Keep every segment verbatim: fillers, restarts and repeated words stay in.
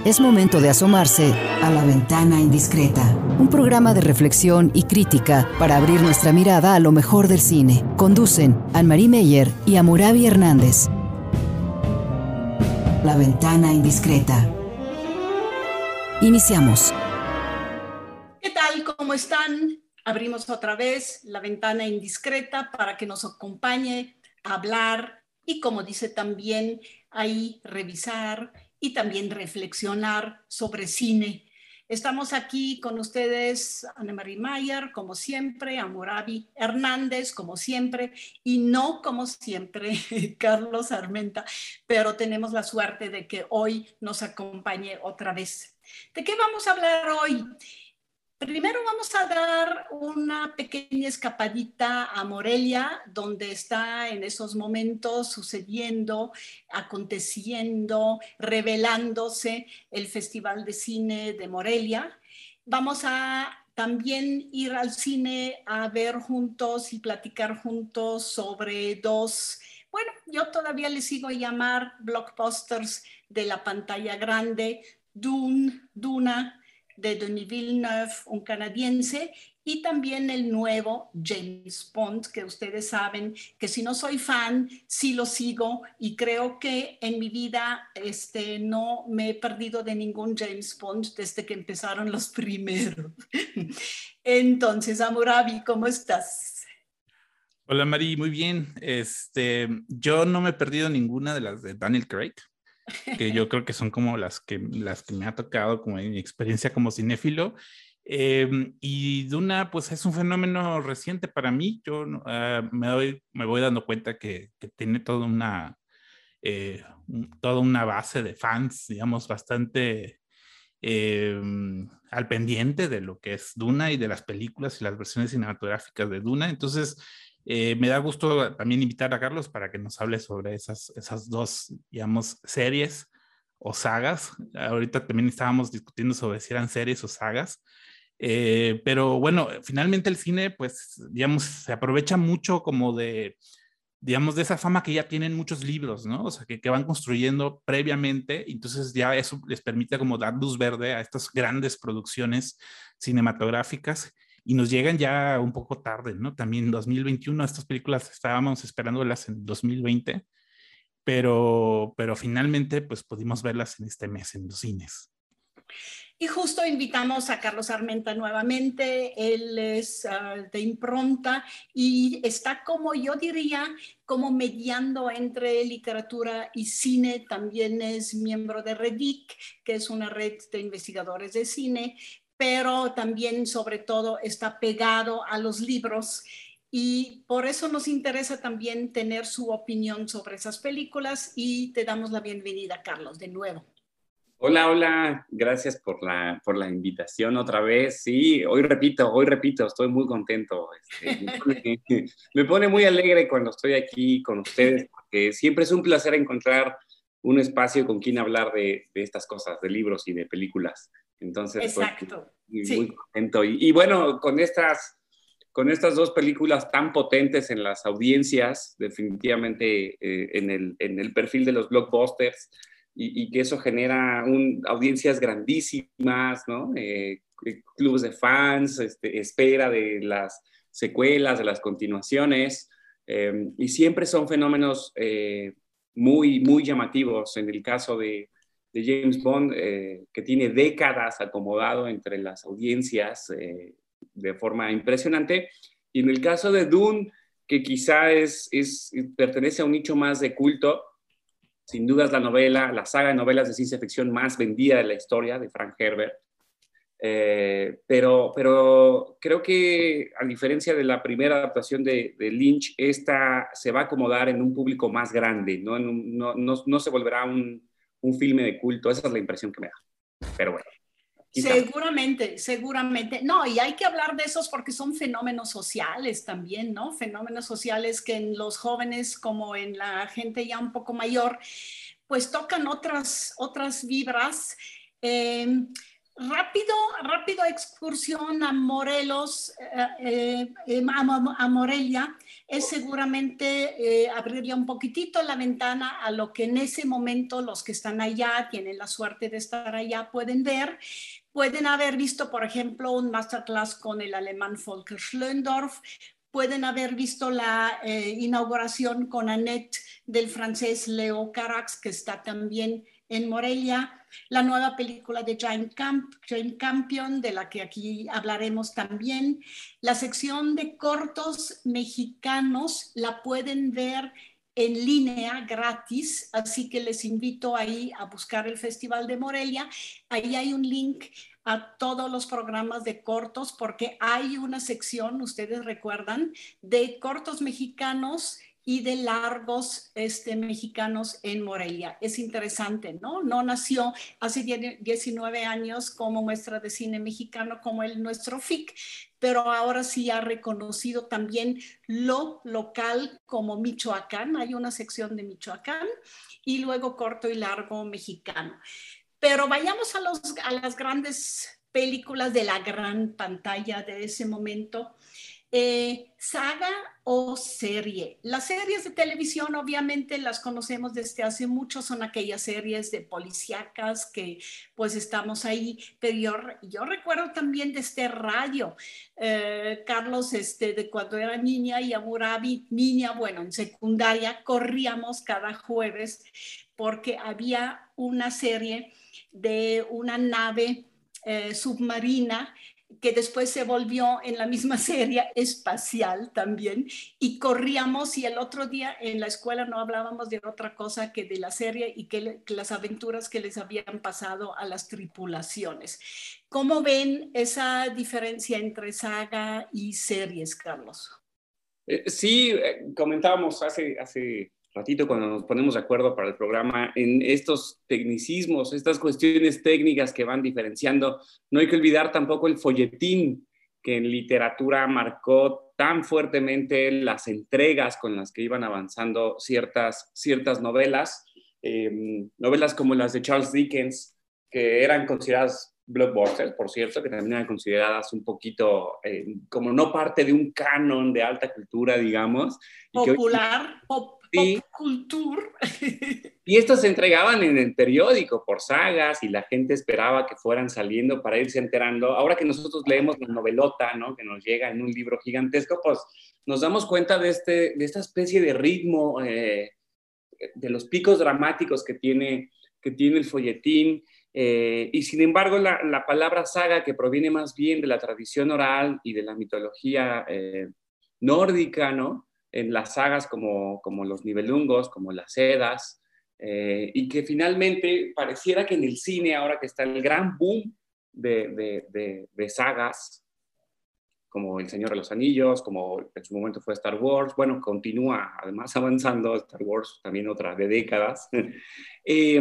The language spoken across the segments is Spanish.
Es momento de asomarse a La Ventana Indiscreta, un programa de reflexión y crítica para abrir nuestra mirada a lo mejor del cine. Conducen Anne-Marie Meyer y Hammurabi Hernández. La Ventana Indiscreta. Iniciamos. ¿Qué tal? ¿Cómo están? Abrimos otra vez La Ventana Indiscreta para que nos acompañe a hablar y, como dice también ahí, revisar y también reflexionar sobre cine. Estamos aquí con ustedes, Anne-Marie Meyer, como siempre, Hammurabi Hernández, como siempre, y no como siempre, Carlos Armenta, pero tenemos la suerte de que hoy nos acompañe otra vez. ¿De qué vamos a hablar hoy? Primero vamos a dar una pequeña escapadita a Morelia, donde está en esos momentos sucediendo, aconteciendo, revelándose el Festival de Cine de Morelia. Vamos a también ir al cine a ver juntos y platicar juntos sobre dos, bueno, yo todavía les sigo a llamar blockbusters de la pantalla grande, Dune, Duna, de Denis Villeneuve, un canadiense, y también el nuevo James Bond, que ustedes saben que si no soy fan, sí lo sigo, y creo que en mi vida este, no me he perdido de ningún James Bond desde que empezaron los primeros. Entonces, Hammurabi, ¿cómo estás? Hola Mari, muy bien. Este, yo no me he perdido ninguna de las de Daniel Craig, que yo creo que son como las que, las que me ha tocado como en mi experiencia como cinéfilo. Eh, y Duna, pues es un fenómeno reciente para mí. Yo uh, me, doy, me voy dando cuenta que, que tiene toda una, eh, un, toda una base de fans, digamos, bastante eh, al pendiente de lo que es Duna y de las películas y las versiones cinematográficas de Duna. Entonces, eh, me da gusto también invitar a Carlos para que nos hable sobre esas, esas dos, digamos, series o sagas. Ahorita también estábamos discutiendo sobre si eran series o sagas. Eh, pero bueno, finalmente el cine, pues, digamos, se aprovecha mucho como de, digamos, de esa fama que ya tienen muchos libros, ¿no? O sea, que, que van construyendo previamente, entonces ya eso les permite como dar luz verde a estas grandes producciones cinematográficas y nos llegan ya un poco tarde, ¿no? También en dos mil veintiuno, estas películas estábamos esperándolas en dos mil veinte, pero, pero finalmente pues pudimos verlas en este mes en los cines. Y justo invitamos a Carlos Armenta nuevamente, él es uh, de Impronta y está como yo diría, como mediando entre literatura y cine, también es miembro de REDIC, que es una red de investigadores de cine, pero también sobre todo está pegado a los libros y por eso nos interesa también tener su opinión sobre esas películas y te damos la bienvenida, Carlos, de nuevo. Hola, hola, gracias por la, por la invitación otra vez. Sí, hoy repito, hoy repito, estoy muy contento. Este, me, pone, me pone muy alegre cuando estoy aquí con ustedes, porque siempre es un placer encontrar un espacio con quien hablar de, de estas cosas, de libros y de películas. Entonces, exacto. Muy, sí. muy contento. Y, y bueno, con estas, con estas dos películas tan potentes en las audiencias, definitivamente eh, en, el, en el perfil de los blockbusters, Y, y que eso genera un, audiencias grandísimas, ¿no? Eh, clubes de fans, este, espera de las secuelas, de las continuaciones, eh, y siempre son fenómenos eh, muy, muy llamativos. En el caso de, de James Bond, eh, que tiene décadas acomodado entre las audiencias eh, de forma impresionante, y en el caso de Dune, que quizá es, es, pertenece a un nicho más de culto. Sin duda es la novela, la saga de novelas de ciencia ficción más vendida de la historia de Frank Herbert. Eh, pero, pero creo que a diferencia de la primera adaptación de, de Lynch, esta se va a acomodar en un público más grande, no, en un, no, no, no se volverá un, un filme de culto. Esa es la impresión que me da. Pero bueno. Seguramente, seguramente. No, y hay que hablar de esos porque son fenómenos sociales también, ¿no? Fenómenos sociales que en los jóvenes como en la gente ya un poco mayor, pues tocan otras, otras vibras. Eh, rápido, rápido excursión a Morelos, eh, eh, a, a Morelia, es seguramente eh, abrirle un poquitito la ventana a lo que en ese momento los que están allá, tienen la suerte de estar allá, pueden ver. Pueden haber visto, por ejemplo, un masterclass con el alemán Volker Schlöndorff, pueden haber visto la eh, inauguración con Annette del francés Leo Carax, que está también en Morelia, la nueva película de Jane, Camp, Jane Campion, de la que aquí hablaremos también. La sección de cortos mexicanos la pueden ver en línea gratis, así que les invito ahí a buscar el Festival de Morelia. Ahí hay un link a todos los programas de cortos, porque hay una sección, ustedes recuerdan, de cortos mexicanos y de largos este, mexicanos en Morelia. Es interesante, ¿no? No nació hace diecinueve años como muestra de cine mexicano como el nuestro F I C, pero ahora sí ha reconocido también lo local como Michoacán. Hay una sección de Michoacán y luego corto y largo mexicano. Pero vayamos a, los, a las grandes películas de la gran pantalla de ese momento. Eh, saga o serie. Las series de televisión obviamente las conocemos desde hace mucho, son aquellas series de policíacas que pues estamos ahí, pero yo, yo recuerdo también de este radio, eh, Carlos, este, de cuando era niña y Hammurabi, niña, bueno, en secundaria corríamos cada jueves porque había una serie de una nave eh, submarina que después se volvió en la misma serie espacial también, y corríamos, y el otro día en la escuela no hablábamos de otra cosa que de la serie y que, le, que las aventuras que les habían pasado a las tripulaciones. ¿Cómo ven esa diferencia entre saga y series, Carlos? Eh, sí, eh, comentábamos hace, hace ratito cuando nos ponemos de acuerdo para el programa en estos tecnicismos, estas cuestiones técnicas que van diferenciando. No hay que olvidar tampoco el folletín, que en literatura marcó tan fuertemente las entregas con las que iban avanzando ciertas, ciertas novelas, eh, novelas como las de Charles Dickens, que eran consideradas blockbusters, por cierto, que también eran consideradas un poquito eh, como no parte de un canon de alta cultura, digamos. Popular, y pop, sí. Pop culture. Y estos se entregaban en el periódico por sagas y la gente esperaba que fueran saliendo para irse enterando. Ahora que nosotros leemos la novelota, ¿no?, que nos llega en un libro gigantesco, pues nos damos cuenta de, este, de esta especie de ritmo, eh, de los picos dramáticos que tiene, que tiene el folletín. Eh, y sin embargo, la, la palabra saga, que proviene más bien de la tradición oral y de la mitología eh, nórdica, ¿no?, en las sagas como, como los Nibelungos, como las Edas, eh, y que finalmente pareciera que en el cine, ahora que está el gran boom de, de, de, de sagas, como El Señor de los Anillos, como en su momento fue Star Wars, bueno, continúa además avanzando Star Wars, también otra de décadas, eh,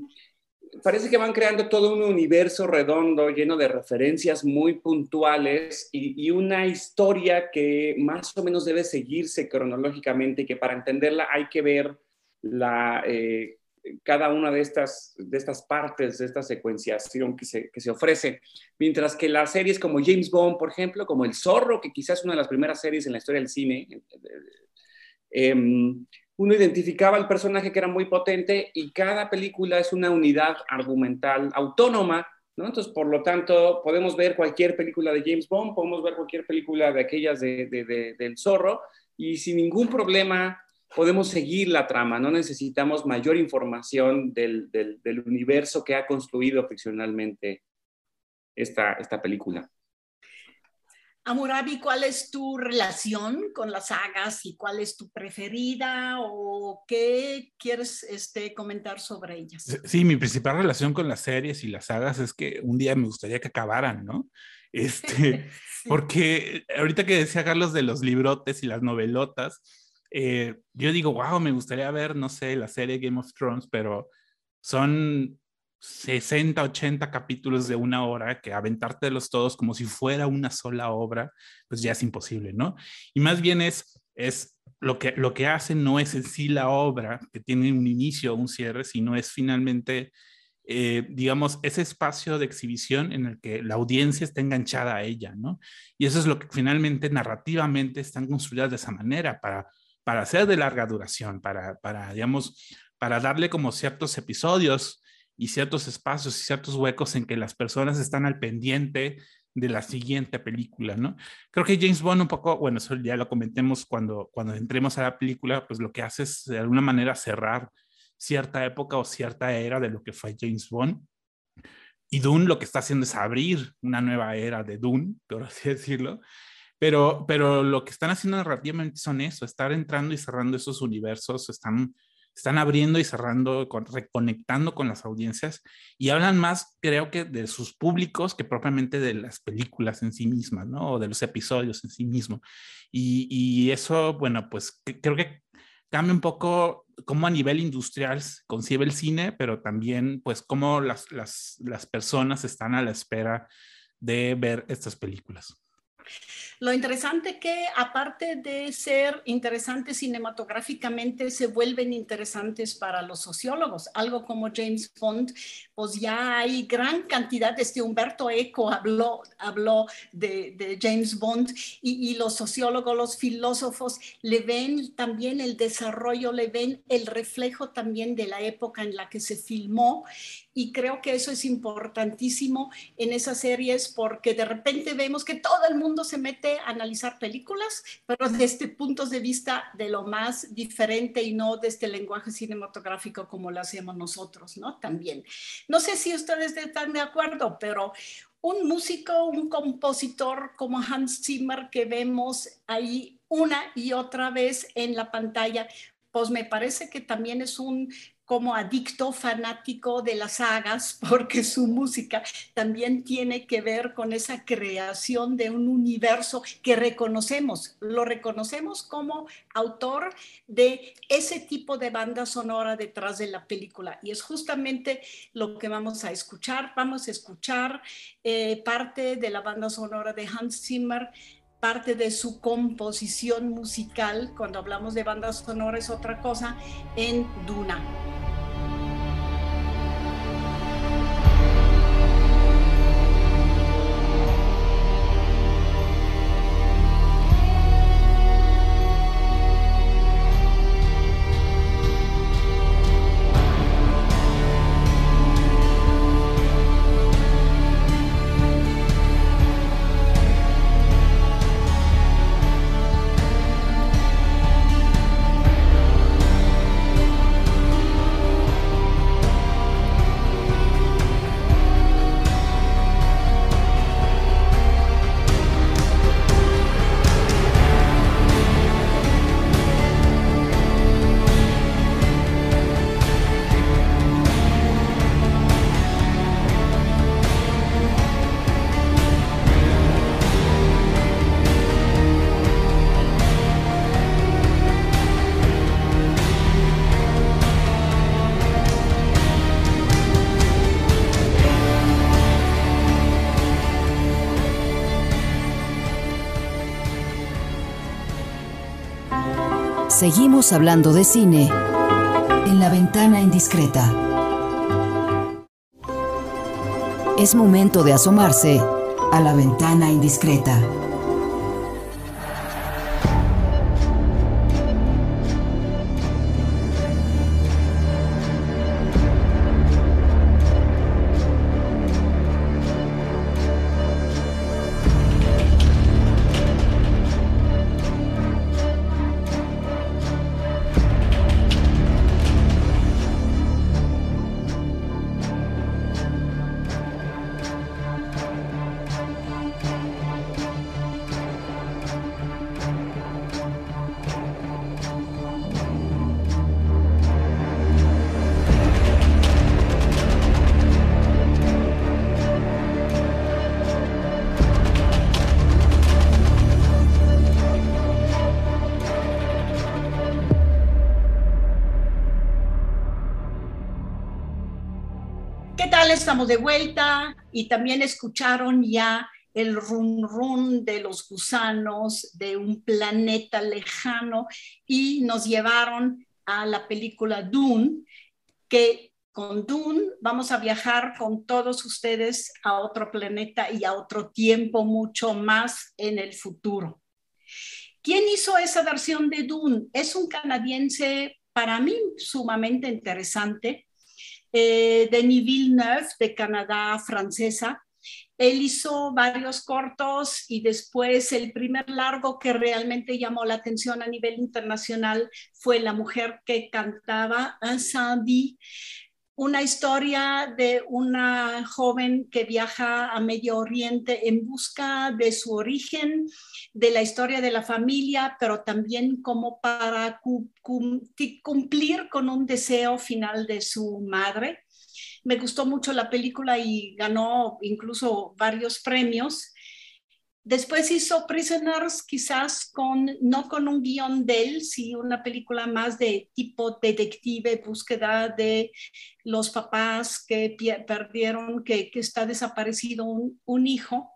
parece que van creando todo un universo redondo lleno de referencias muy puntuales y, y una historia que más o menos debe seguirse cronológicamente, y que para entenderla hay que ver la, eh, cada una de estas, de estas partes, de esta secuenciación que se, que se ofrece. Mientras que las series como James Bond, por ejemplo, como El Zorro, que quizás es una de las primeras series en la historia del cine, eh, uno identificaba al personaje que era muy potente y cada película es una unidad argumental autónoma, ¿no? Entonces, por lo tanto, podemos ver cualquier película de James Bond, podemos ver cualquier película de aquellas de, de, de, del Zorro, y sin ningún problema podemos seguir la trama. No necesitamos mayor información del, del, del universo que ha construido ficcionalmente esta, esta película. Hammurabi, ¿cuál es tu relación con las sagas y cuál es tu preferida o qué quieres este, comentar sobre ellas? Sí, mi principal relación con las series y las sagas es que un día me gustaría que acabaran, ¿no? Este, sí. Porque ahorita que decía Carlos de los librotes y las novelotas, eh, yo digo, wow, me gustaría ver, no sé, la serie Game of Thrones, pero son sesenta, ochenta capítulos de una hora, que aventártelos todos como si fuera una sola obra, pues ya es imposible, ¿no? Y más bien es, es lo que, lo que hacen no es en sí la obra, que tiene un inicio o un cierre, sino es finalmente eh, digamos, ese espacio de exhibición en el que la audiencia está enganchada a ella, ¿no? Y eso es lo que finalmente narrativamente están construidas de esa manera, para, para hacer de larga duración, para, para, digamos, para darle como ciertos episodios y ciertos espacios y ciertos huecos en que las personas están al pendiente de la siguiente película, ¿no? Creo que James Bond un poco, bueno, eso ya lo comentemos cuando, cuando entremos a la película, pues lo que hace es de alguna manera cerrar cierta época o cierta era de lo que fue James Bond. Y Dune lo que está haciendo es abrir una nueva era de Dune, por así decirlo. Pero, pero lo que están haciendo narrativamente son eso, estar entrando y cerrando esos universos, están, están abriendo y cerrando, con, reconectando con las audiencias y hablan más, creo que, de sus públicos que propiamente de las películas en sí mismas, ¿no? O de los episodios en sí mismos. Y, y eso, bueno, pues que, creo que cambia un poco cómo a nivel industrial concibe el cine, pero también pues cómo las, las, las personas están a la espera de ver estas películas. Lo interesante que, aparte de ser interesantes cinematográficamente, se vuelven interesantes para los sociólogos. Algo como James Bond, pues ya hay gran cantidad, desde Humberto Eco habló, habló de, de James Bond, y, y los sociólogos, los filósofos le ven también el desarrollo, le ven el reflejo también de la época en la que se filmó. Y creo que eso es importantísimo en esas series, porque de repente vemos que todo el mundo se mete a analizar películas, pero desde puntos de vista de lo más diferente y no desde el lenguaje cinematográfico como lo hacemos nosotros, ¿no? También. No sé si ustedes están de acuerdo, pero un músico, un compositor como Hans Zimmer que vemos ahí una y otra vez en la pantalla, pues me parece que también es un como adicto fanático de las sagas, porque su música también tiene que ver con esa creación de un universo que reconocemos, lo reconocemos como autor de ese tipo de banda sonora detrás de la película. Y es justamente lo que vamos a escuchar. Vamos a escuchar eh, parte de la banda sonora de Hans Zimmer, parte de su composición musical. Cuando hablamos de bandas sonoras es otra cosa, en Duna. Seguimos hablando de cine en La Ventana Indiscreta. Es momento de asomarse a La Ventana Indiscreta. Estamos de vuelta y también escucharon ya el run run de los gusanos de un planeta lejano y nos llevaron a la película Dune, que con Dune vamos a viajar con todos ustedes a otro planeta y a otro tiempo mucho más en el futuro. ¿Quién hizo esa versión de Dune? Es un canadiense para mí sumamente interesante, eh, Denis Villeneuve, de Canadá, francesa. Él hizo varios cortos y después el primer largo que realmente llamó la atención a nivel internacional fue La mujer que cantaba, Incendie, una historia de una joven que viaja a Medio Oriente en busca de su origen, de la historia de la familia, pero también como para cumplir con un deseo final de su madre. Me gustó mucho la película y ganó incluso varios premios. Después hizo Prisoners, quizás con, no con un guión de él, sino una película más de tipo detective, búsqueda de los papás que perdieron, que, que está desaparecido un, un hijo.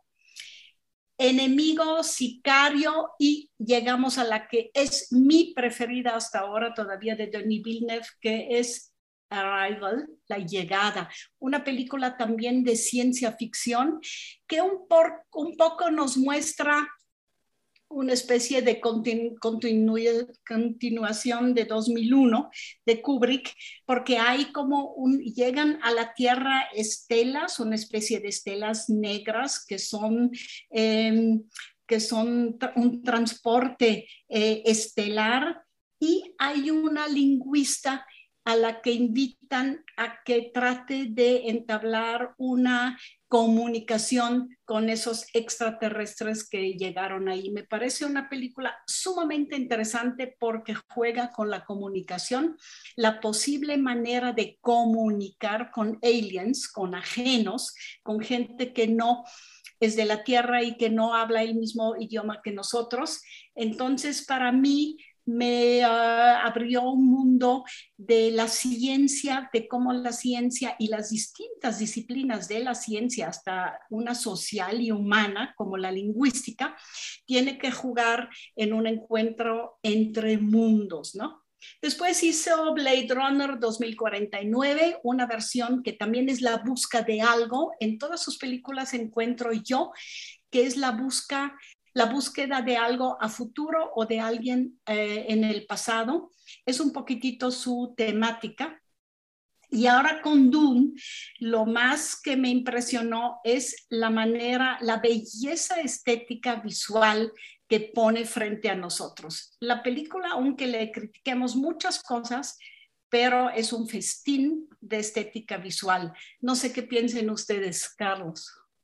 Enemigo, Sicario, y llegamos a la que es mi preferida hasta ahora todavía de Denis Villeneuve, que es Arrival, La Llegada, una película también de ciencia ficción que un, por, un poco nos muestra una especie de continu, continu, continuación de dos mil uno de Kubrick, porque hay como un, llegan a la Tierra estelas, una especie de estelas negras que son, eh, que son un transporte eh, estelar, y hay una lingüista a la que invitan a que trate de entablar una comunicación con esos extraterrestres que llegaron ahí. Me parece una película sumamente interesante porque juega con la comunicación, la posible manera de comunicar con aliens, con ajenos, con gente que no es de la Tierra y que no habla el mismo idioma que nosotros. Entonces, para mí, me uh, abrió un mundo de la ciencia, de cómo la ciencia y las distintas disciplinas de la ciencia, hasta una social y humana como la lingüística, tiene que jugar en un encuentro entre mundos, ¿no? Después hizo Blade Runner dos mil cuarenta y nueve, una versión que también es la busca de algo. En todas sus películas encuentro yo que es la busca la búsqueda de algo a futuro o de alguien eh, en el pasado. Es un poquitito su temática. Y ahora con Dune, lo más que me impresionó es la manera, la belleza estética visual que pone frente a nosotros. La película, aunque le critiquemos muchas cosas, pero es un festín de estética visual. No sé qué piensen ustedes, Carlos.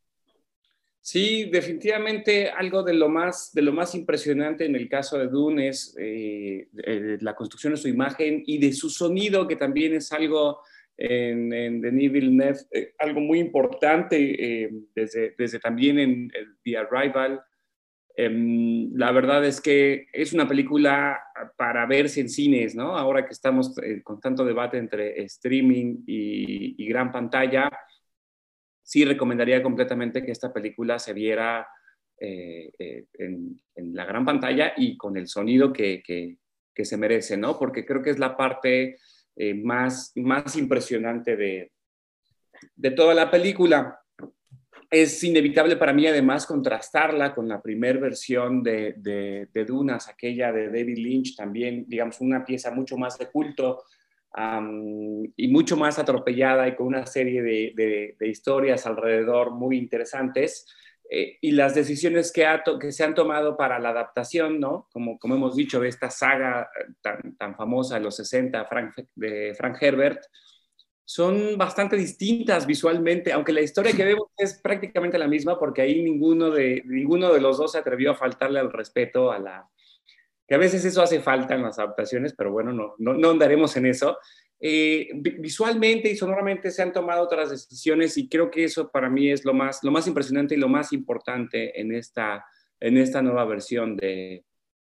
Sí, definitivamente algo de lo más, de lo más impresionante en el caso de Dune es eh, eh, la construcción de su imagen y de su sonido, que también es algo en, en Denis Villeneuve, eh, algo muy importante eh, desde, desde también en, en The Arrival. Eh, la verdad es que es una película para verse en cines, ¿no? Ahora que estamos eh, con tanto debate entre streaming y, y gran pantalla, sí recomendaría completamente que esta película se viera eh, eh, en, en la gran pantalla y con el sonido que, que, que se merece, ¿no? Porque creo que es la parte eh, más, más impresionante de, de toda la película. Es inevitable para mí, además, contrastarla con la primera versión de, de, de Dunas, aquella de David Lynch, también, digamos, una pieza mucho más de culto, Um, y mucho más atropellada y con una serie de, de, de historias alrededor muy interesantes, eh, y las decisiones que, ha to que se han tomado para la adaptación, ¿no? Como, como hemos dicho, de esta saga tan, tan famosa de los sesenta Frank, de Frank Herbert, son bastante distintas visualmente, aunque la historia que vemos es prácticamente la misma, porque ahí ninguno de, ninguno de los dos se atrevió a faltarle al respeto a la... que a veces eso hace falta en las adaptaciones, pero bueno, no, no, no andaremos en eso. Eh, visualmente y sonoramente se han tomado otras decisiones y creo que eso para mí es lo más, lo más impresionante y lo más importante en esta, en esta nueva versión de,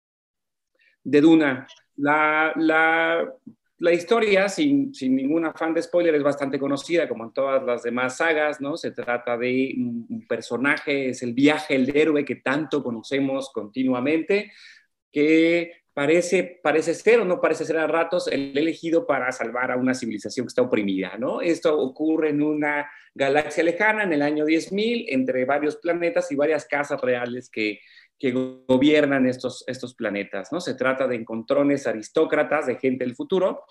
de Duna. La, la, la historia, sin, sin ningún afán de spoiler, es bastante conocida, como en todas las demás sagas, ¿no? Se trata de un, un personaje, es el viaje, el héroe que tanto conocemos continuamente, que parece, parece ser o no parece ser a ratos el elegido para salvar a una civilización que está oprimida, ¿no? Esto ocurre en una galaxia lejana, en el año diez mil, entre varios planetas y varias casas reales que, que gobiernan estos, estos planetas, ¿no? Se trata de encontrones aristócratas, de gente del futuro,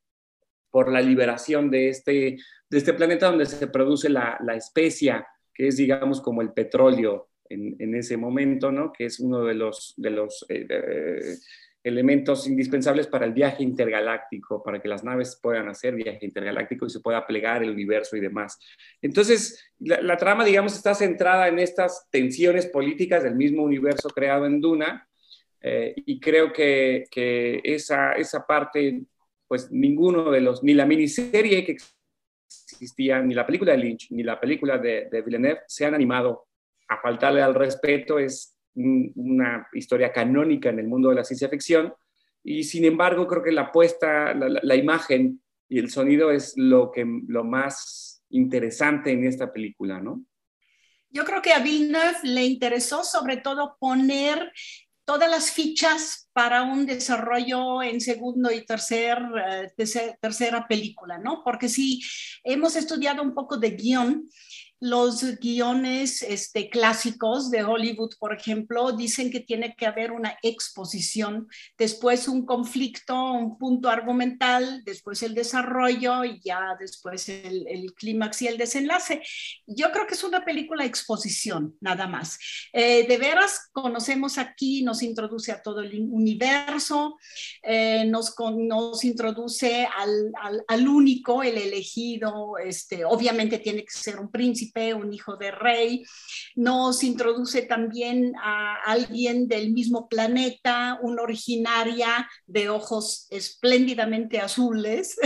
por la liberación de este, de este planeta donde se produce la, la especia, que es, digamos, como el petróleo en, en ese momento, ¿no? Que es uno de los, de los eh, de, elementos indispensables para el viaje intergaláctico, para que las naves puedan hacer viaje intergaláctico y se pueda plegar el universo y demás. Entonces, la, la trama, digamos, está centrada en estas tensiones políticas del mismo universo creado en Duna, eh, y creo que, que esa, esa parte, pues ninguno de los, ni la miniserie que existía, ni la película de Lynch, ni la película de, de Villeneuve se han animado a faltarle al respeto. Es una historia canónica en el mundo de la ciencia ficción, y sin embargo creo que la apuesta, la, la, la imagen y el sonido es lo, que, lo más interesante en esta película, ¿no? Yo creo que a Villeneuve le interesó sobre todo poner todas las fichas para un desarrollo en segundo y tercer, uh, tercer, tercera película, ¿no? Porque si hemos estudiado un poco de guión, los guiones este, clásicos de Hollywood, por ejemplo, dicen que tiene que haber una exposición, después un conflicto, un punto argumental, después el desarrollo y ya después el, el clímax y el desenlace. Yo creo que es una película exposición, nada más. Eh, de veras, conocemos aquí, nos introduce a todo el universo, eh, nos, con, nos introduce al, al, al único, el elegido, este, obviamente tiene que ser un príncipe, un hijo de rey, nos introduce también a alguien del mismo planeta, una originaria de ojos espléndidamente azules,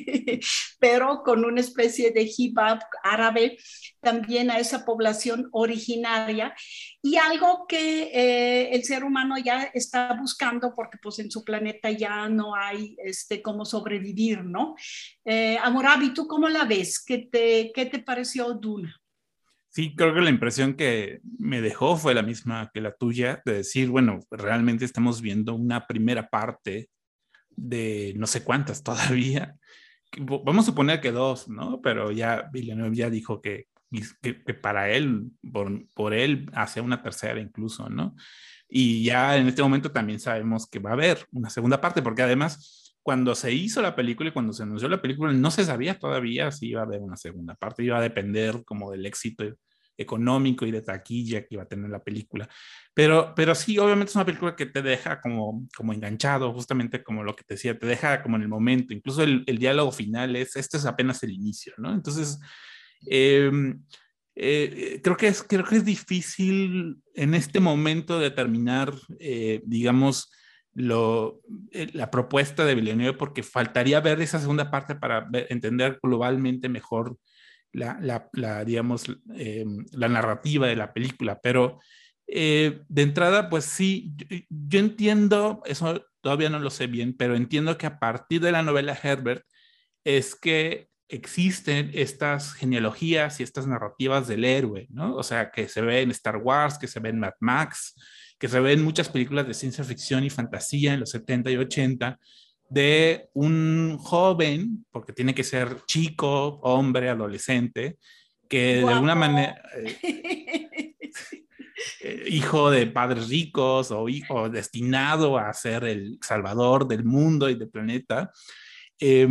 pero con una especie de hijab árabe, también a esa población originaria, y algo que eh, el ser humano ya está buscando porque pues en su planeta ya no hay este, cómo sobrevivir, ¿no? Eh, Hammurabi, ¿tú cómo la ves? ¿Qué te, qué te pareció Duna? Sí, creo que la impresión que me dejó fue la misma que la tuya, de decir, bueno, realmente estamos viendo una primera parte de no sé cuántas todavía. Vamos a suponer que dos, ¿no? Pero ya Villeneuve ya dijo que, que, que para él, por, por él, hace una tercera incluso, ¿no? Y ya en este momento también sabemos que va a haber una segunda parte, porque además, cuando se hizo la película y cuando se anunció la película, no se sabía todavía si iba a haber una segunda parte, iba a depender como del éxito económico y de taquilla que iba a tener la película. Pero, pero sí, obviamente es una película que te deja como, como enganchado, justamente como lo que te decía, te deja como en el momento. Incluso el, el diálogo final es, este es apenas el inicio, ¿no? Entonces, eh, eh, creo, que es, creo que es difícil en este momento determinar, eh, digamos, lo, eh, la propuesta de Villeneuve, porque faltaría ver esa segunda parte para ver, entender globalmente mejor La, la, la, digamos, eh, la narrativa de la película, pero eh, de entrada, pues sí, yo, yo entiendo, eso todavía no lo sé bien, pero entiendo que a partir de la novela Herbert es que existen estas genealogías y estas narrativas del héroe, ¿no? O sea, que se ve en Star Wars, que se ve en Mad Max, que se ve en muchas películas de ciencia ficción y fantasía en los setenta y ochenta, de un joven, porque tiene que ser chico, hombre, adolescente, que Guapo. de alguna manera, eh, eh, hijo de padres ricos o hijo destinado a ser el salvador del mundo y del planeta, eh,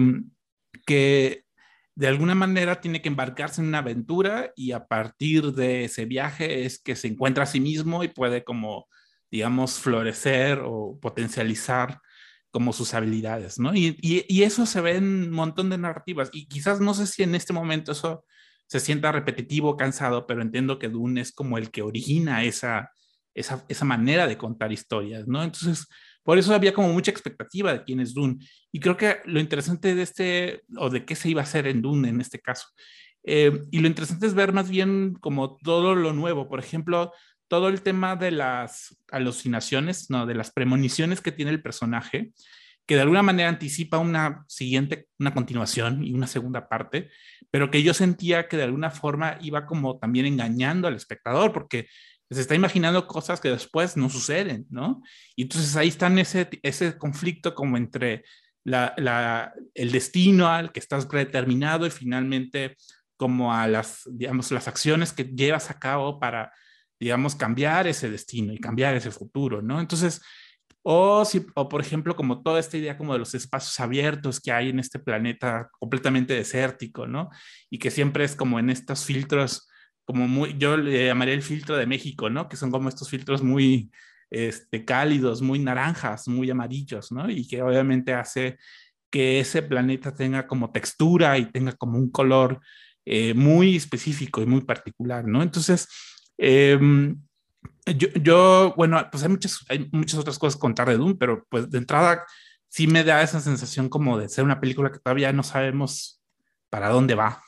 que de alguna manera tiene que embarcarse en una aventura y a partir de ese viaje es que se encuentra a sí mismo y puede como, digamos, florecer o potencializar como sus habilidades, ¿no? Y, y, y eso se ve en un montón de narrativas y quizás no sé si en este momento eso se sienta repetitivo, cansado, pero entiendo que Dune es como el que origina esa, esa, esa manera de contar historias, ¿no? Entonces, por eso había como mucha expectativa de quién es Dune. Y creo que lo interesante de este, o de qué se iba a hacer en Dune en este caso, eh, y lo interesante es ver más bien como todo lo nuevo, por ejemplo, todo el tema de las alucinaciones, no, de las premoniciones que tiene el personaje, que de alguna manera anticipa una siguiente, una continuación y una segunda parte, pero que yo sentía que de alguna forma iba como también engañando al espectador, porque se está imaginando cosas que después no suceden, ¿no? Y entonces ahí está ese, ese conflicto como entre la, la, el destino al que estás predeterminado y finalmente como a las, digamos, las acciones que llevas a cabo para, digamos, cambiar ese destino y cambiar ese futuro, ¿no? Entonces, o, si, o por ejemplo, como toda esta idea como de los espacios abiertos que hay en este planeta completamente desértico, ¿no? Y que siempre es como en estos filtros, como muy, yo le llamaría el filtro de México, ¿no? Que son como estos filtros muy este, cálidos, muy naranjas, muy amarillos, ¿no? Y que obviamente hace que ese planeta tenga como textura y tenga como un color eh, muy específico y muy particular, ¿no? Entonces, eh, yo, yo, bueno, pues hay muchas, hay muchas otras cosas que contar de Dune, pero pues de entrada sí me da esa sensación como de ser una película que todavía no sabemos para dónde va.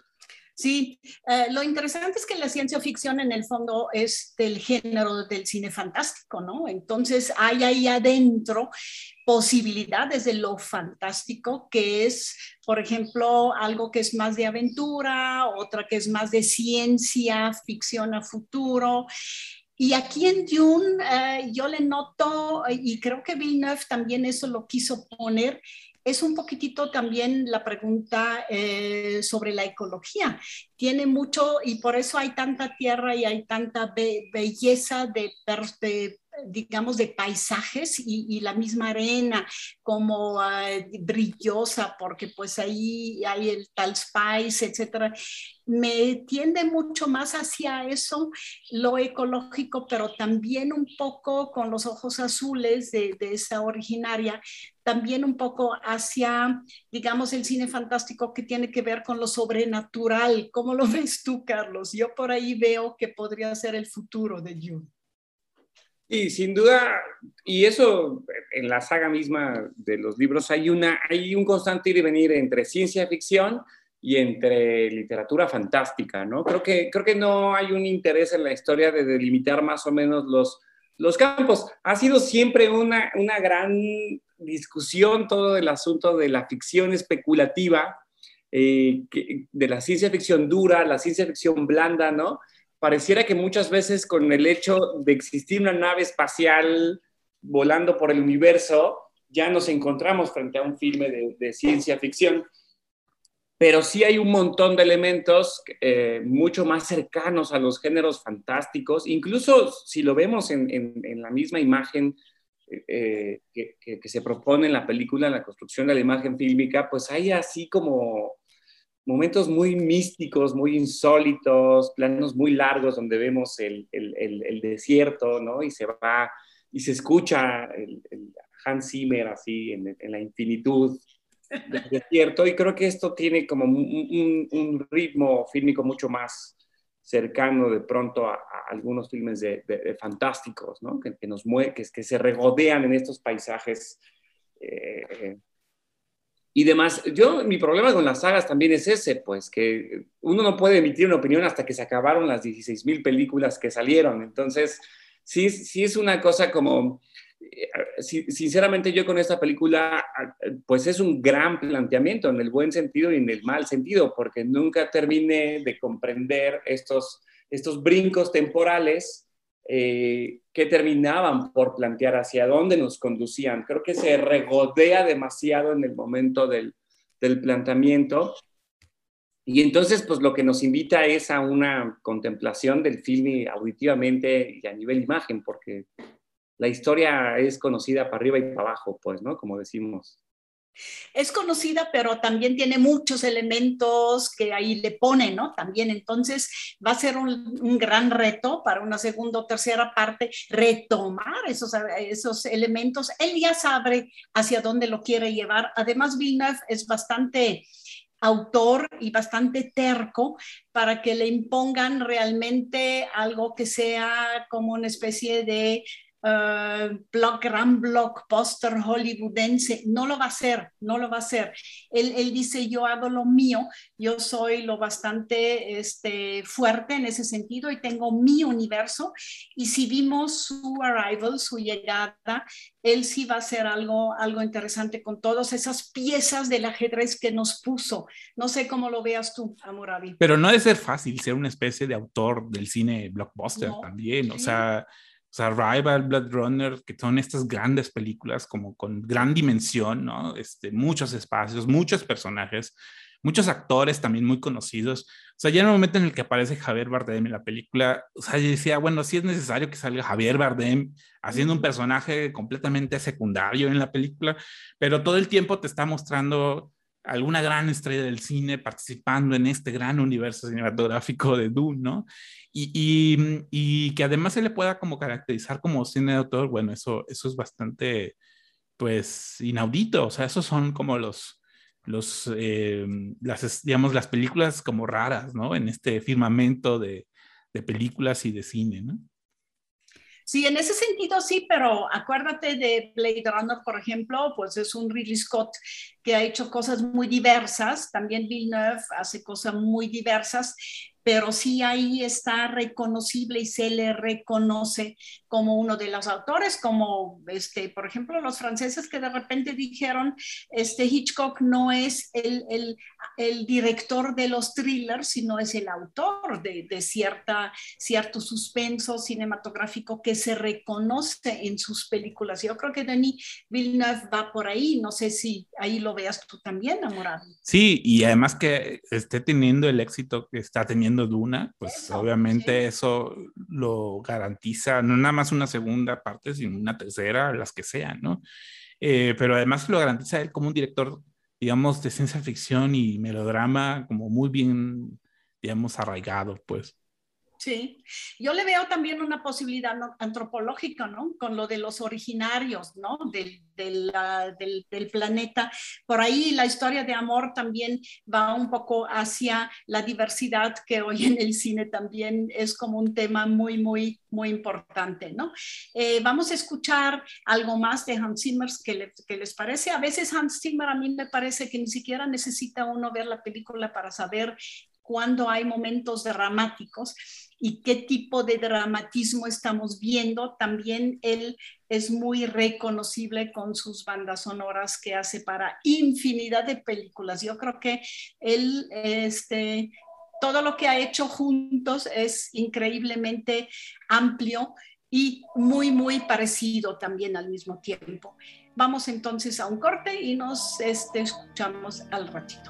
Sí, eh, lo interesante es que la ciencia ficción en el fondo es del género del cine fantástico, ¿no? Entonces hay ahí adentro posibilidades de lo fantástico, que es, por ejemplo, algo que es más de aventura, otra que es más de ciencia ficción a futuro. Y aquí en Dune eh, yo le noto, y creo que Villeneuve también eso lo quiso poner, es un poquitito también la pregunta eh, sobre la ecología. Tiene mucho, y por eso hay tanta tierra y hay tanta be belleza de, de, digamos, de paisajes y, y la misma arena como uh, brillosa, porque pues ahí hay el tal spice, etcétera. Me tiende mucho más hacia eso, lo ecológico, pero también un poco con los ojos azules de, de esa originaria, también un poco hacia, digamos, el cine fantástico que tiene que ver con lo sobrenatural. ¿Cómo lo ves tú, Carlos? Yo por ahí veo que podría ser el futuro de Dune. Y sin duda, y eso en la saga misma de los libros, hay, una, hay un constante ir y venir entre ciencia ficción y entre literatura fantástica, ¿no? Creo que, creo que no hay un interés en la historia de delimitar más o menos los, los campos. Ha sido siempre una, una gran discusión todo el asunto de la ficción especulativa, eh, que, de la ciencia ficción dura, la ciencia ficción blanda, ¿no? Pareciera que muchas veces con el hecho de existir una nave espacial volando por el universo, ya nos encontramos frente a un filme de, de ciencia ficción. Pero sí hay un montón de elementos eh, mucho más cercanos a los géneros fantásticos, incluso si lo vemos en, en, en la misma imagen eh, que, que, que se propone en la película, en la construcción de la imagen fílmica, pues hay así como momentos muy místicos, muy insólitos, planos muy largos donde vemos el, el, el, el desierto, ¿no? Y se va, y se escucha el, el Hans Zimmer así en, en la infinitud del desierto, y creo que esto tiene como un, un, un ritmo fílmico mucho más cercano de pronto a, a algunos filmes de, de, de fantásticos, ¿no? Que, que nos mueven, que, que se regodean en estos paisajes eh, y demás. Yo, mi problema con las sagas también es ese, pues, que uno no puede emitir una opinión hasta que se acabaron las dieciséis mil películas que salieron. Entonces, sí, sí es una cosa como... Sinceramente, yo con esta película, pues es un gran planteamiento en el buen sentido y en el mal sentido, porque nunca terminé de comprender estos, estos brincos temporales eh, que terminaban por plantear hacia dónde nos conducían. Creo que se regodea demasiado en el momento del, del planteamiento. Y entonces, pues lo que nos invita es a una contemplación del filme auditivamente y a nivel imagen, porque la historia es conocida para arriba y para abajo, pues, ¿no? Como decimos. Es conocida, pero también tiene muchos elementos que ahí le ponen, ¿no? También, entonces, va a ser un, un gran reto para una segunda o tercera parte retomar esos, esos elementos. Él ya sabe hacia dónde lo quiere llevar. Además, Villeneuve es bastante autor y bastante terco para que le impongan realmente algo que sea como una especie de uh, block, gran blockbuster hollywoodense. No lo va a hacer, no lo va a hacer. Él, él dice, yo hago lo mío, yo soy lo bastante este, fuerte en ese sentido y tengo mi universo. Y si vimos su arrival, su llegada, él sí va a hacer algo, algo interesante con todas esas piezas del ajedrez que nos puso. No sé cómo lo veas tú, Hammurabi. Pero no debe ser fácil ser una especie de autor del cine blockbuster no, también. Sí. O sea, o sea, Arrival, Blade Runner, que son estas grandes películas como con gran dimensión, ¿no? Este, muchos espacios, muchos personajes, muchos actores también muy conocidos. O sea, ya en el momento en el que aparece Javier Bardem en la película, o sea, yo decía, bueno, sí es necesario que salga Javier Bardem haciendo un personaje completamente secundario en la película, pero todo el tiempo te está mostrando alguna gran estrella del cine participando en este gran universo cinematográfico de Dune, ¿no? Y, y, y que además se le pueda como caracterizar como cine de autor, bueno, eso, eso es bastante, pues, inaudito. O sea, esos son como los... los, eh, las, digamos, las películas como raras, ¿no? En este firmamento de, de películas y de cine, ¿no? Sí, en ese sentido sí, pero acuérdate de Blade Runner, por ejemplo, pues es un Ridley Scott que ha hecho cosas muy diversas, también Villeneuve hace cosas muy diversas, pero sí ahí está reconocible y se le reconoce como uno de los autores, como, este, por ejemplo, los franceses que de repente dijeron, este, Hitchcock no es el, el, el director de los thrillers, sino es el autor de, de cierta, cierto suspenso cinematográfico que se reconoce en sus películas. Yo creo que Denis Villeneuve va por ahí, no sé si ahí lo veas tú también, Hammurabi. Sí, y además que esté teniendo el éxito que está teniendo Duna, pues eso, obviamente sí. Eso lo garantiza, no nada más una segunda parte, sino una tercera, las que sean, ¿no? Eh, pero además lo garantiza él como un director, digamos, de ciencia ficción y melodrama, como muy bien, digamos, arraigado, pues. Sí, yo le veo también una posibilidad antropológica, ¿no? Con lo de los originarios, ¿no? Del, del, uh, del, del planeta. Por ahí la historia de amor también va un poco hacia la diversidad que hoy en el cine también es como un tema muy, muy, muy importante, ¿no? Eh, vamos a escuchar algo más de Hans Zimmer, ¿qué, le, ¿qué les parece? A veces Hans Zimmer a mí me parece que ni siquiera necesita uno ver la película para saber cuándo hay momentos dramáticos y qué tipo de dramatismo estamos viendo. También él es muy reconocible con sus bandas sonoras que hace para infinidad de películas. Yo creo que él, este, todo lo que ha hecho juntos es increíblemente amplio y muy, muy parecido también al mismo tiempo. Vamos entonces a un corte y nos este, escuchamos al ratito.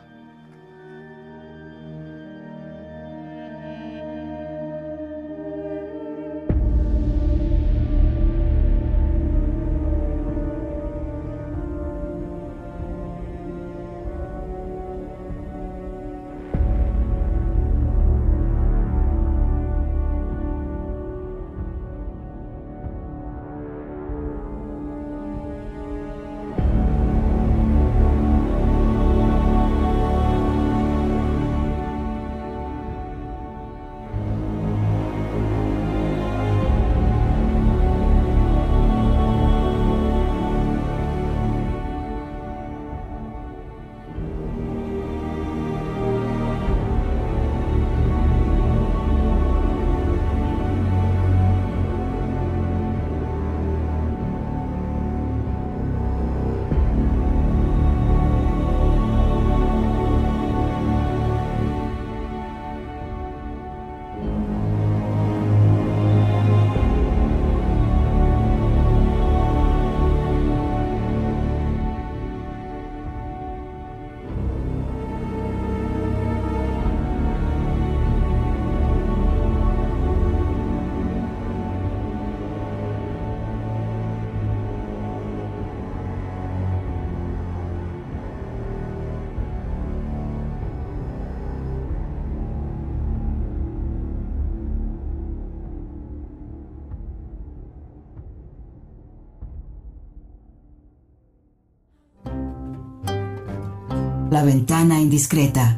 La ventana indiscreta.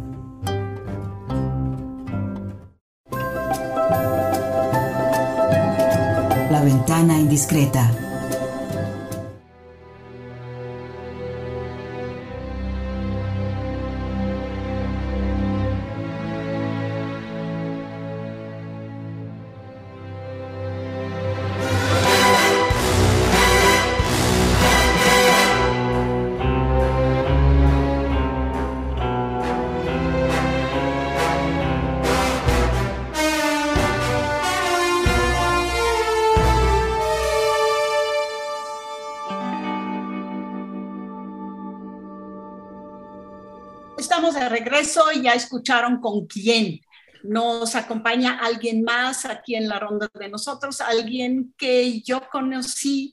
La ventana indiscreta. Estamos de regreso y ya escucharon con quién. Nos acompaña alguien más aquí en la ronda de nosotros, alguien que yo conocí,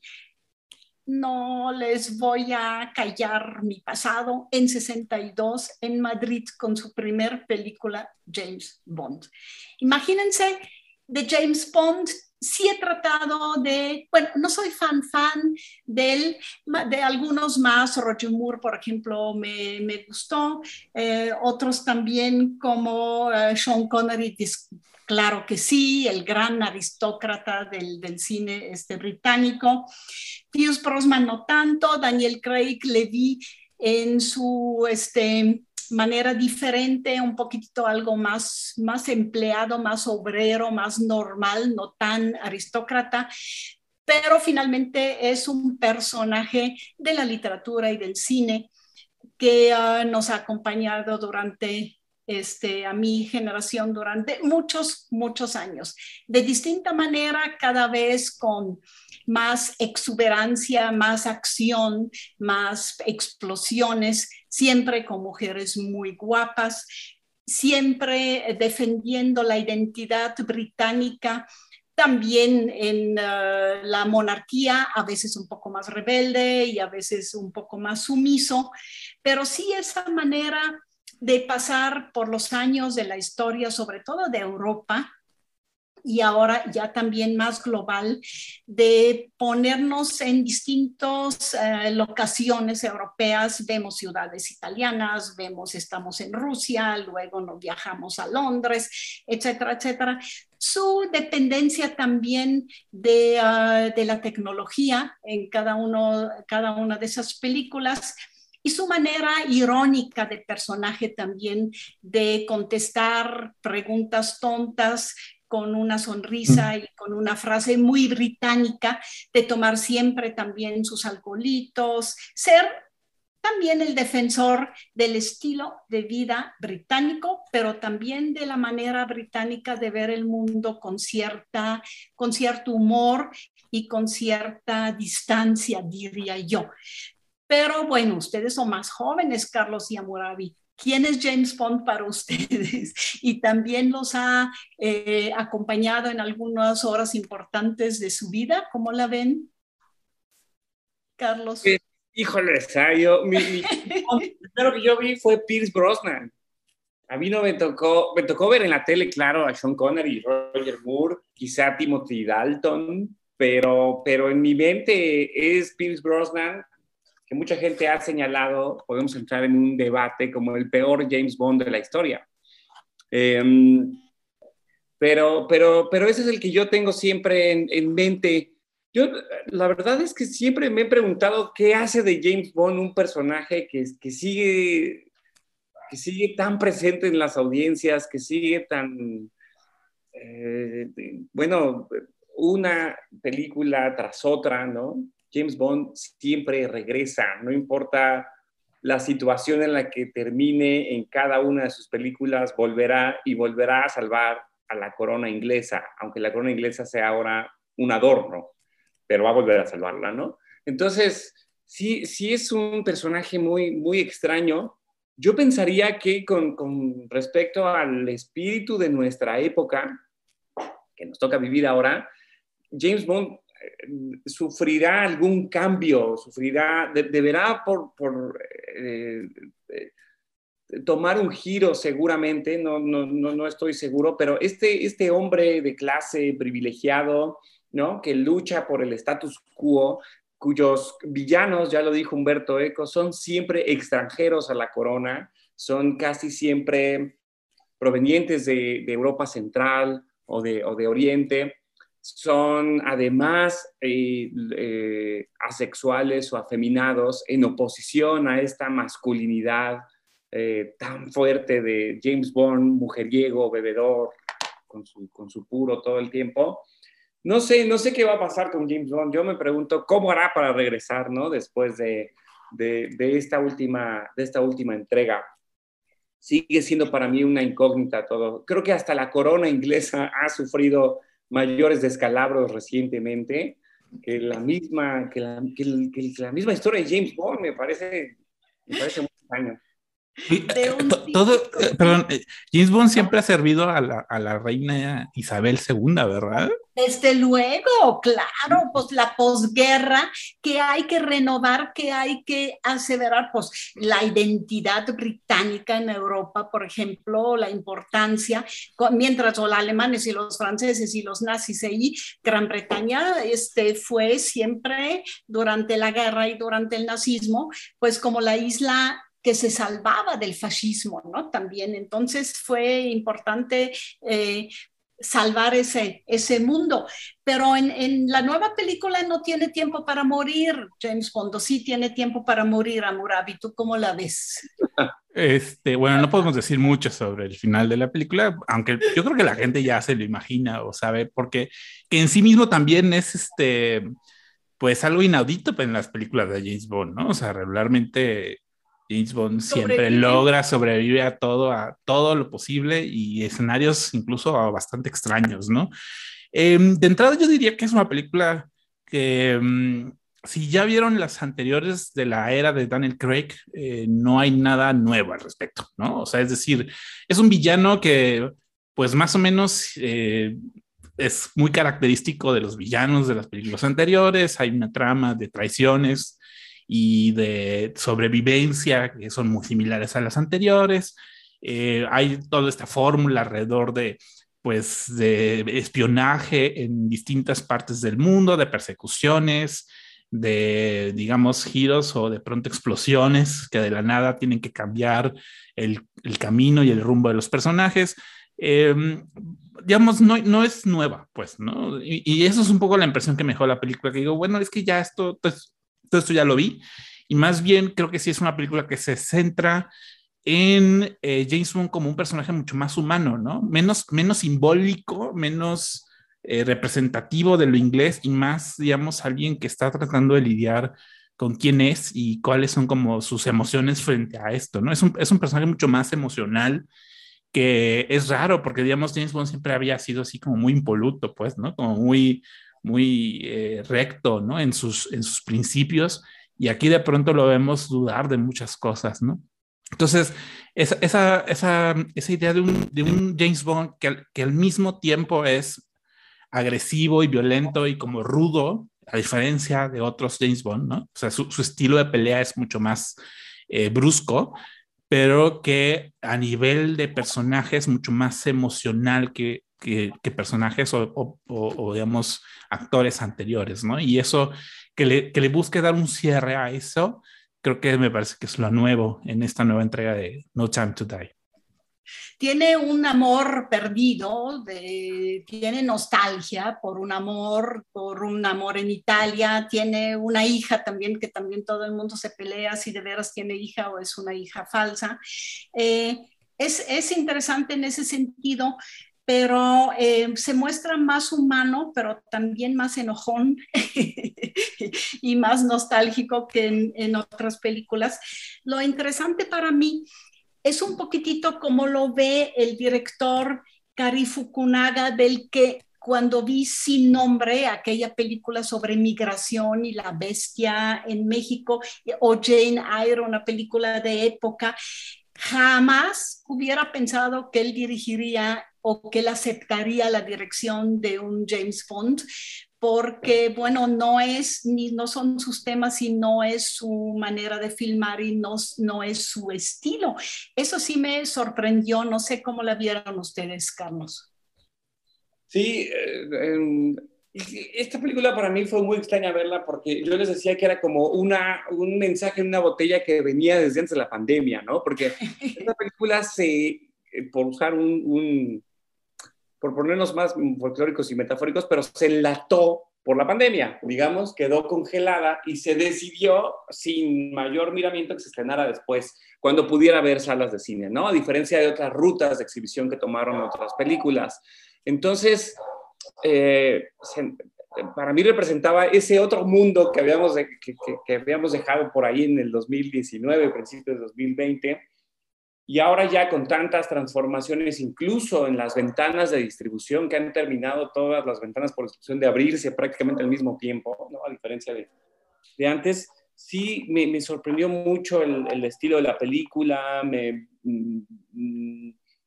no les voy a callar mi pasado, en sesenta y dos en Madrid con su primer película James Bond. Imagínense, de James Bond sí he tratado de, bueno, no soy fan fan de él, de algunos más, Roger Moore, por ejemplo, me, me gustó, eh, otros también como eh, Sean Connery, claro que sí, el gran aristócrata del, del cine este, británico. Pierce Brosnan no tanto, Daniel Craig le vi en su este, manera diferente, un poquito algo más, más empleado, más obrero, más normal, no tan aristócrata, pero finalmente es un personaje de la literatura y del cine que uh, nos ha acompañado durante este, a mi generación durante muchos, muchos años. De distinta manera, cada vez con más exuberancia, más acción, más explosiones, siempre con mujeres muy guapas, siempre defendiendo la identidad británica, también en uh, la monarquía, a veces un poco más rebelde y a veces un poco más sumiso, pero sí esa manera de pasar por los años de la historia, sobre todo de Europa, y ahora ya también más global, de ponernos en distintas eh, locaciones europeas. Vemos ciudades italianas, vemos, estamos en Rusia, luego nos viajamos a Londres, etcétera, etcétera. Su dependencia también de, uh, de la tecnología en cada, uno, cada una de esas películas, y su manera irónica de personaje también de contestar preguntas tontas con una sonrisa y con una frase muy británica, de tomar siempre también sus alcoholitos, ser también el defensor del estilo de vida británico, pero también de la manera británica de ver el mundo con, cierta, con cierto humor y con cierta distancia, diría yo. Pero bueno, ustedes son más jóvenes, Carlos y Hammurabi. ¿Quién es James Bond para ustedes? Y también los ha eh, acompañado en algunas horas importantes de su vida. ¿Cómo la ven, Carlos? Eh, híjole, yo, mi, mi, el primero que yo vi fue Pierce Brosnan. A mí no me tocó, me tocó ver en la tele, claro, a Sean Connery, Roger Moore, quizá Timothy Dalton, pero, pero en mi mente es Pierce Brosnan, que mucha gente ha señalado, podemos entrar en un debate, como el peor James Bond de la historia. Eh, pero, pero, pero ese es el que yo tengo siempre en, en mente. Yo, la verdad es que siempre me he preguntado qué hace de James Bond un personaje que, que, sigue, que sigue tan presente en las audiencias, que sigue tan... Eh, bueno, una película tras otra, ¿no? James Bond siempre regresa, no importa la situación en la que termine en cada una de sus películas, volverá y volverá a salvar a la corona inglesa, aunque la corona inglesa sea ahora un adorno, pero va a volver a salvarla, ¿no? Entonces, sí, sí es un personaje muy, muy extraño. Yo pensaría que con, con respecto al espíritu de nuestra época, que nos toca vivir ahora, James Bond sufrirá algún cambio, sufrirá, de, deberá por, por eh, eh, tomar un giro seguramente, no, no, no, no estoy seguro, pero este, este hombre de clase privilegiado, ¿no? Que lucha por el status quo, cuyos villanos, ya lo dijo Humberto Eco, son siempre extranjeros a la corona, son casi siempre provenientes de, de Europa Central o de, o de Oriente. son además eh, eh, asexuales o afeminados en oposición a esta masculinidad eh, tan fuerte de James Bond, mujeriego, bebedor, con su, con su puro todo el tiempo. No sé, no sé qué va a pasar con James Bond. Yo me pregunto cómo hará para regresar, ¿no? Después de, de, de, esta última, de esta última entrega. Sigue siendo para mí una incógnita todo. Creo que hasta la corona inglesa ha sufrido mayores descalabros recientemente que la misma, que la, que el, que la misma historia de James Bond. Me parece, me parece muy extraño. Todo, eh, perdón, eh, James Bond siempre ha servido a la, a la reina Isabel segunda, ¿verdad? Desde luego, claro, pues la posguerra, que hay que renovar, que hay que aseverar, pues la identidad británica en Europa, por ejemplo, la importancia, mientras los alemanes y los franceses y los nazis ahí, Gran Bretaña este, fue siempre durante la guerra y durante el nazismo, pues como la isla que se salvaba del fascismo, ¿no? También, entonces fue importante eh, salvar ese, ese mundo. Pero en, en la nueva película no tiene tiempo para morir, James Bond, sí tiene tiempo para morir, Hammurabi. ¿Tú cómo la ves? Este, bueno, no podemos decir mucho sobre el final de la película, aunque yo creo que la gente ya se lo imagina o sabe, porque que en sí mismo también es este, pues algo inaudito en las películas de James Bond, ¿no? O sea, regularmente James Bond siempre sobrevive. logra sobrevivir a todo, a todo lo posible y escenarios incluso bastante extraños, ¿no? Eh, de entrada yo diría que es una película que um, si ya vieron las anteriores de la era de Daniel Craig, eh, no hay nada nuevo al respecto, ¿no? O sea, es decir, es un villano que pues más o menos eh, es muy característico de los villanos de las películas anteriores. Hay una trama de traiciones y de sobrevivencia que son muy similares a las anteriores. Eh, hay toda esta fórmula alrededor de, pues, de espionaje en distintas partes del mundo, de persecuciones, de, digamos, giros o de pronto explosiones que de la nada tienen que cambiar el, el camino y el rumbo de los personajes. Eh, digamos, no, no es nueva, pues, ¿no? Y, y eso es un poco la impresión que me dejó la película, que digo, bueno, es que ya esto, pues, todo esto ya lo vi, y más bien creo que sí es una película que se centra en eh, James Bond como un personaje mucho más humano, ¿no? Menos, menos simbólico, menos eh, representativo de lo inglés y más, digamos, alguien que está tratando de lidiar con quién es y cuáles son como sus emociones frente a esto, ¿no? Es un, es un personaje mucho más emocional, que es raro porque, digamos, James Bond siempre había sido así como muy impoluto, pues, ¿no? Como muy muy eh, recto, ¿no? En sus, en sus principios, y aquí de pronto lo vemos dudar de muchas cosas, ¿no? Entonces, esa, esa, esa, esa idea de un, de un James Bond que, que al mismo tiempo es agresivo y violento y como rudo, a diferencia de otros James Bond, ¿no? O sea, su, su estilo de pelea es mucho más eh, brusco, pero que a nivel de personaje es mucho más emocional que, que, que personajes o, o, o, o, digamos, actores anteriores, ¿no? Y eso, que le, que le busque dar un cierre a eso, creo que me parece que es lo nuevo en esta nueva entrega de No Time to Die. Tiene un amor perdido, de, tiene nostalgia por un amor, por un amor en Italia, tiene una hija también, que también todo el mundo se pelea si de veras tiene hija o es una hija falsa. Eh, es, es interesante en ese sentido, pero eh, se muestra más humano, pero también más enojón y más nostálgico que en, en otras películas. Lo interesante para mí es un poquitito como lo ve el director Cary Fukunaga, del que cuando vi Sin Nombre, aquella película sobre migración y la bestia en México, o Jane Eyre, una película de época, jamás hubiera pensado que él dirigiría o que él aceptaría la dirección de un James Bond, porque, bueno, no es, ni no son sus temas y no es su manera de filmar y no, no es su estilo. Eso sí me sorprendió, no sé cómo la vieron ustedes, Carlos. Sí, eh, eh, esta película para mí fue muy extraña verla porque yo les decía que era como una, un mensaje en una botella que venía desde antes de la pandemia, ¿no? Porque esta película se, por usar un, un por ponernos más folclóricos y metafóricos, pero se enlató por la pandemia, digamos, quedó congelada y se decidió sin mayor miramiento que se estrenara después, cuando pudiera haber salas de cine, ¿no? A diferencia de otras rutas de exhibición que tomaron otras películas. Entonces, eh, se, para mí representaba ese otro mundo que habíamos, de, que, que, que habíamos dejado por ahí en el dos mil diecinueve, principios de dos mil veinte, y ahora ya con tantas transformaciones, incluso en las ventanas de distribución, que han terminado todas las ventanas por distribución de abrirse prácticamente al mismo tiempo, ¿no? A diferencia de, de antes, sí me, me sorprendió mucho el, el estilo de la película. Me, mm,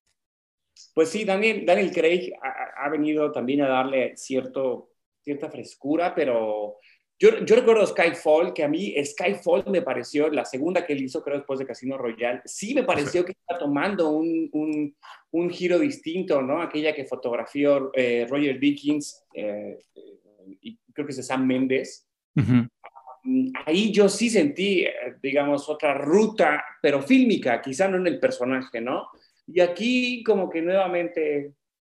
pues sí, Daniel, Daniel Craig ha, ha venido también a darle cierto, cierta frescura, pero... Yo, yo recuerdo Skyfall, que a mí Skyfall me pareció, la segunda que él hizo, creo después de Casino Royale, sí me pareció que estaba tomando un, un, un giro distinto, ¿no? Aquella que fotografió eh, Roger Deakins, eh, y creo que es de Sam Mendes. Uh-huh. Ahí yo sí sentí, digamos, otra ruta, pero fílmica, quizá no en el personaje, ¿no? Y aquí como que nuevamente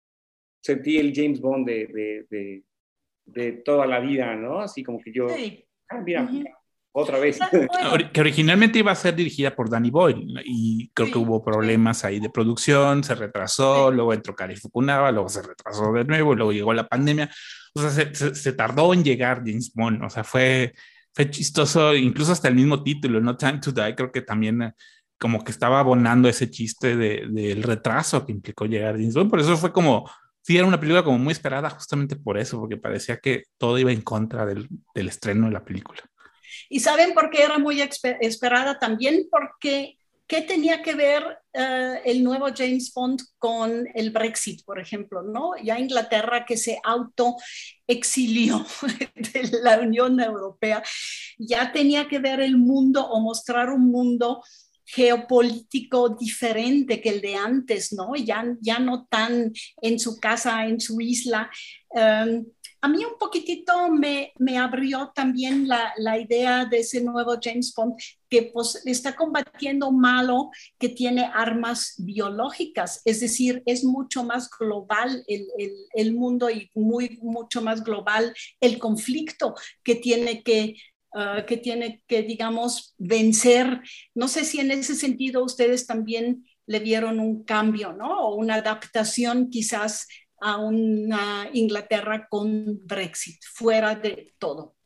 sentí el James Bond de... de, de de toda la vida, ¿no? Así como que yo, sí. ah, mira, uh-huh. otra vez. Bueno. Que originalmente iba a ser dirigida por Danny Boyle, y creo sí, que hubo problemas sí. ahí de producción, se retrasó, sí. luego entró Cary Fukunaga, luego se retrasó de nuevo, luego llegó la pandemia, o sea, se, se, se tardó en llegar James Bond, o sea, fue, fue chistoso, incluso hasta el mismo título, No Time to Die, creo que también como que estaba abonando ese chiste de, del retraso que implicó llegar James Bond, por eso fue como... Sí, era una película como muy esperada justamente por eso, porque parecía que todo iba en contra del, del estreno de la película. ¿Y saben por qué era muy esperada? También porque ¿qué tenía que ver uh, el nuevo James Bond con el Brexit, por ejemplo, ¿no? Ya Inglaterra, que se autoexilió de la Unión Europea, ya tenía que ver el mundo o mostrar un mundo geopolítico diferente que el de antes, ¿no? Ya, ya no tan en su casa, en su isla. Um, a mí un poquitito me, me abrió también la, la idea de ese nuevo James Bond que pues, está combatiendo un malo que tiene armas biológicas, es decir, es mucho más global el, el, el mundo y muy, mucho más global el conflicto que tiene que Uh, que tiene que, digamos, vencer. No sé si en ese sentido ustedes también le vieron un cambio, ¿no? O una adaptación quizás a una Inglaterra con Brexit, fuera de todo.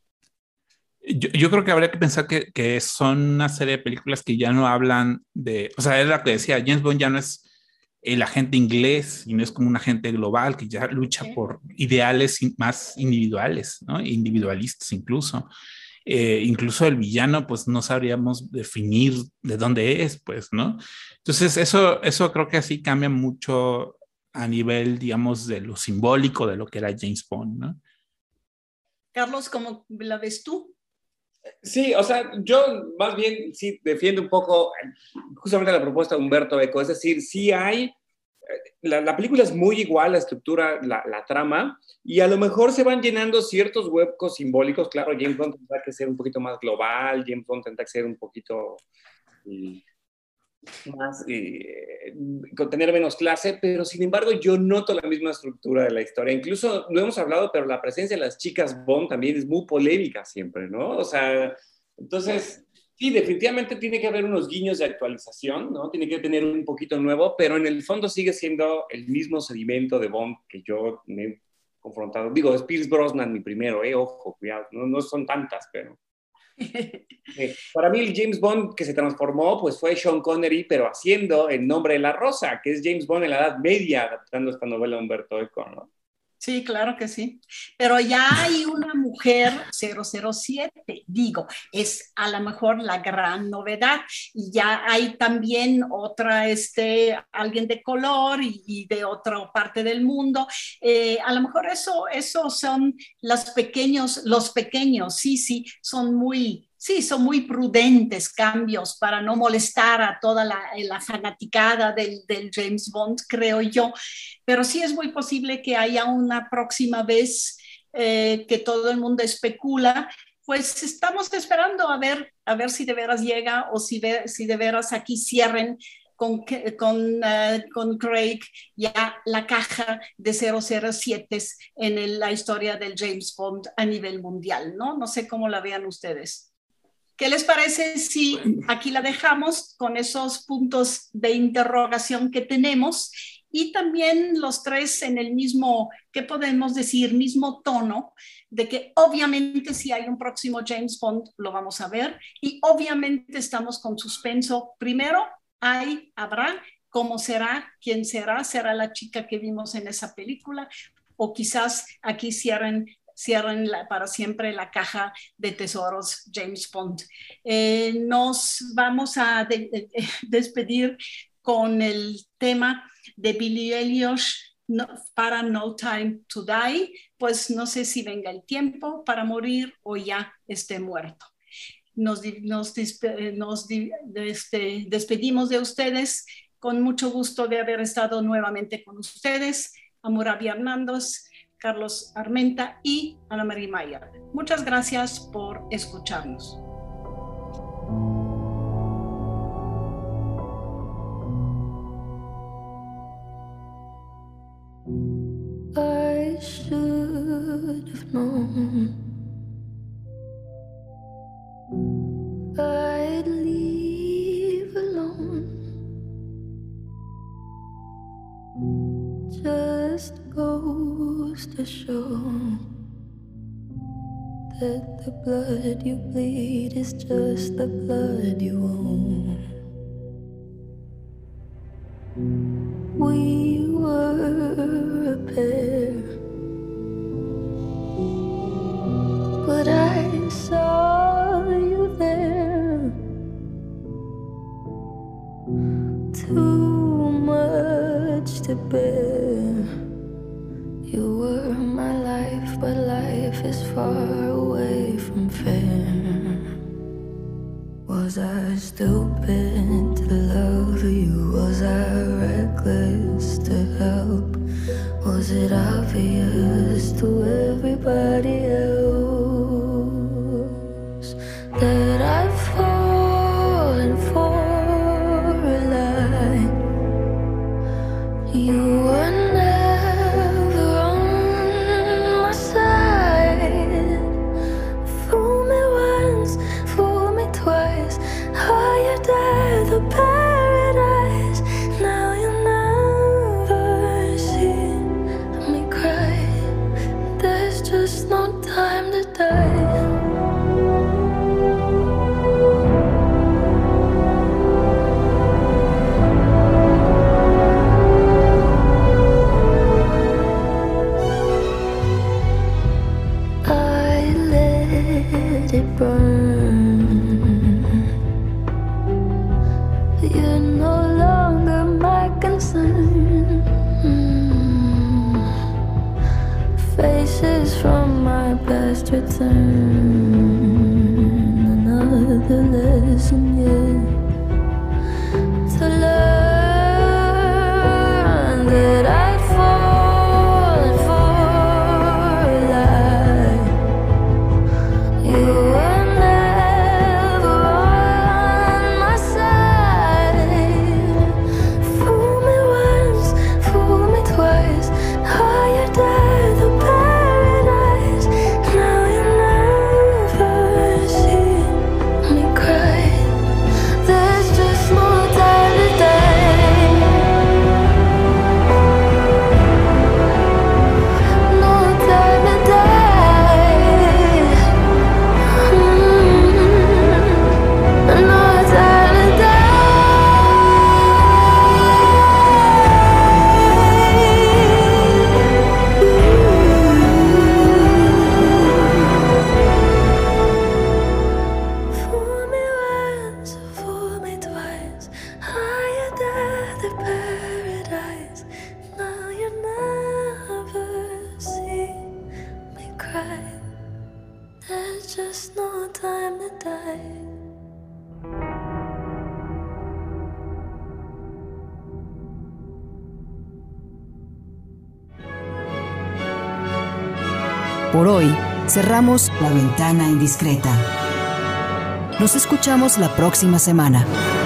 Yo, yo creo que habría que pensar que, que son una serie de películas que ya no hablan de... O sea, es lo que decía, James Bond ya no es el agente inglés y no es como un agente global que ya lucha sí. por ideales más individuales, ¿no? Individualistas incluso. Eh, incluso el villano, pues no sabríamos definir de dónde es, pues, ¿no? Entonces, eso, eso creo que así cambia mucho a nivel, digamos, de lo simbólico de lo que era James Bond, ¿no? Carlos, ¿cómo la ves tú? Sí, o sea, yo más bien sí defiendo un poco justamente la propuesta de Humberto Eco, es decir, sí hay... La, la película es muy igual, la estructura, la, la trama, y a lo mejor se van llenando ciertos huecos simbólicos. Claro, James Bond tendrá que ser un poquito más global, James Bond tendrá que ser un poquito y, más, y, con tener menos clase, pero sin embargo yo noto la misma estructura de la historia. Incluso, no hemos hablado, pero la presencia de las chicas Bond también es muy polémica siempre, ¿no? O sea, entonces... Sí, definitivamente tiene que haber unos guiños de actualización, ¿no? Tiene que tener un poquito nuevo, pero en el fondo sigue siendo el mismo sedimento de Bond que yo me he confrontado. Digo, es Pierce Brosnan mi primero, ¿eh? Ojo, cuidado, no, no son tantas, pero... Eh, para mí el James Bond que se transformó, pues fue Sean Connery, pero haciendo El nombre de la rosa, que es James Bond en la Edad Media, adaptando esta novela de Humberto Eco, ¿no? Sí, claro que sí. Pero ya hay una mujer cero cero siete, digo, es a lo mejor la gran novedad. Y ya hay también otra, este, alguien de color y, y de otra parte del mundo. Eh, a lo mejor eso, eso son los pequeños, los pequeños, sí, sí, son muy... Sí, son muy prudentes cambios para no molestar a toda la, la fanaticada del, del James Bond, creo yo. Pero sí es muy posible que haya una próxima vez eh, que todo el mundo especula. Pues estamos esperando a ver, a ver si de veras llega o si, ve, si de veras aquí cierren con, con, uh, con Craig ya la caja de cero cero siete en el, la historia del James Bond a nivel mundial, ¿no? No sé cómo la vean ustedes. ¿Qué les parece si aquí la dejamos con esos puntos de interrogación que tenemos y también los tres en el mismo, ¿qué podemos decir? Mismo tono, de que obviamente si hay un próximo James Bond lo vamos a ver y obviamente estamos con suspenso. Primero, hay, habrá, cómo será, quién será, será la chica que vimos en esa película o quizás aquí cierren, cierren la, para siempre la caja de tesoros James Bond. Eh, nos vamos a de, de, de despedir con el tema de Billie Eilish no, para No Time to Die, pues no sé si venga el tiempo para morir o ya esté muerto. Nos, nos, nos este, despedimos de ustedes con mucho gusto de haber estado nuevamente con ustedes, Hammurabi Hernández, Carlos Armenta y Ana María Mayer. Muchas gracias por escucharnos. I should have known I'd leave alone. Just goes to show that the blood you bleed is just the blood you own. We were a pair, but I saw you there. Too much to bear. You were my life, but life is far away from fair. Was I stupid to love you? Was I reckless to help? Was it obvious to everybody else that I've fallen for a lie? You were never on my side. Fool me once, fool me twice. Higher the paradise. Now you never see me cry. There's just no time to die. I let it burn. You're no longer my concern. Mm. Faces from my past return. Another lesson yet to learn that I'd fallen for a lie. You were never on my side. Fool me once, fool me twice. Higher than the paradise. Now you never see me cry. There's just no time to die. No time to die. Mm. No time to Fool me once, fool me twice. Higher than the paradise. Now you never see me cry. There's just no time to die. Por hoy, cerramos La Ventana Indiscreta. Nos escuchamos la próxima semana.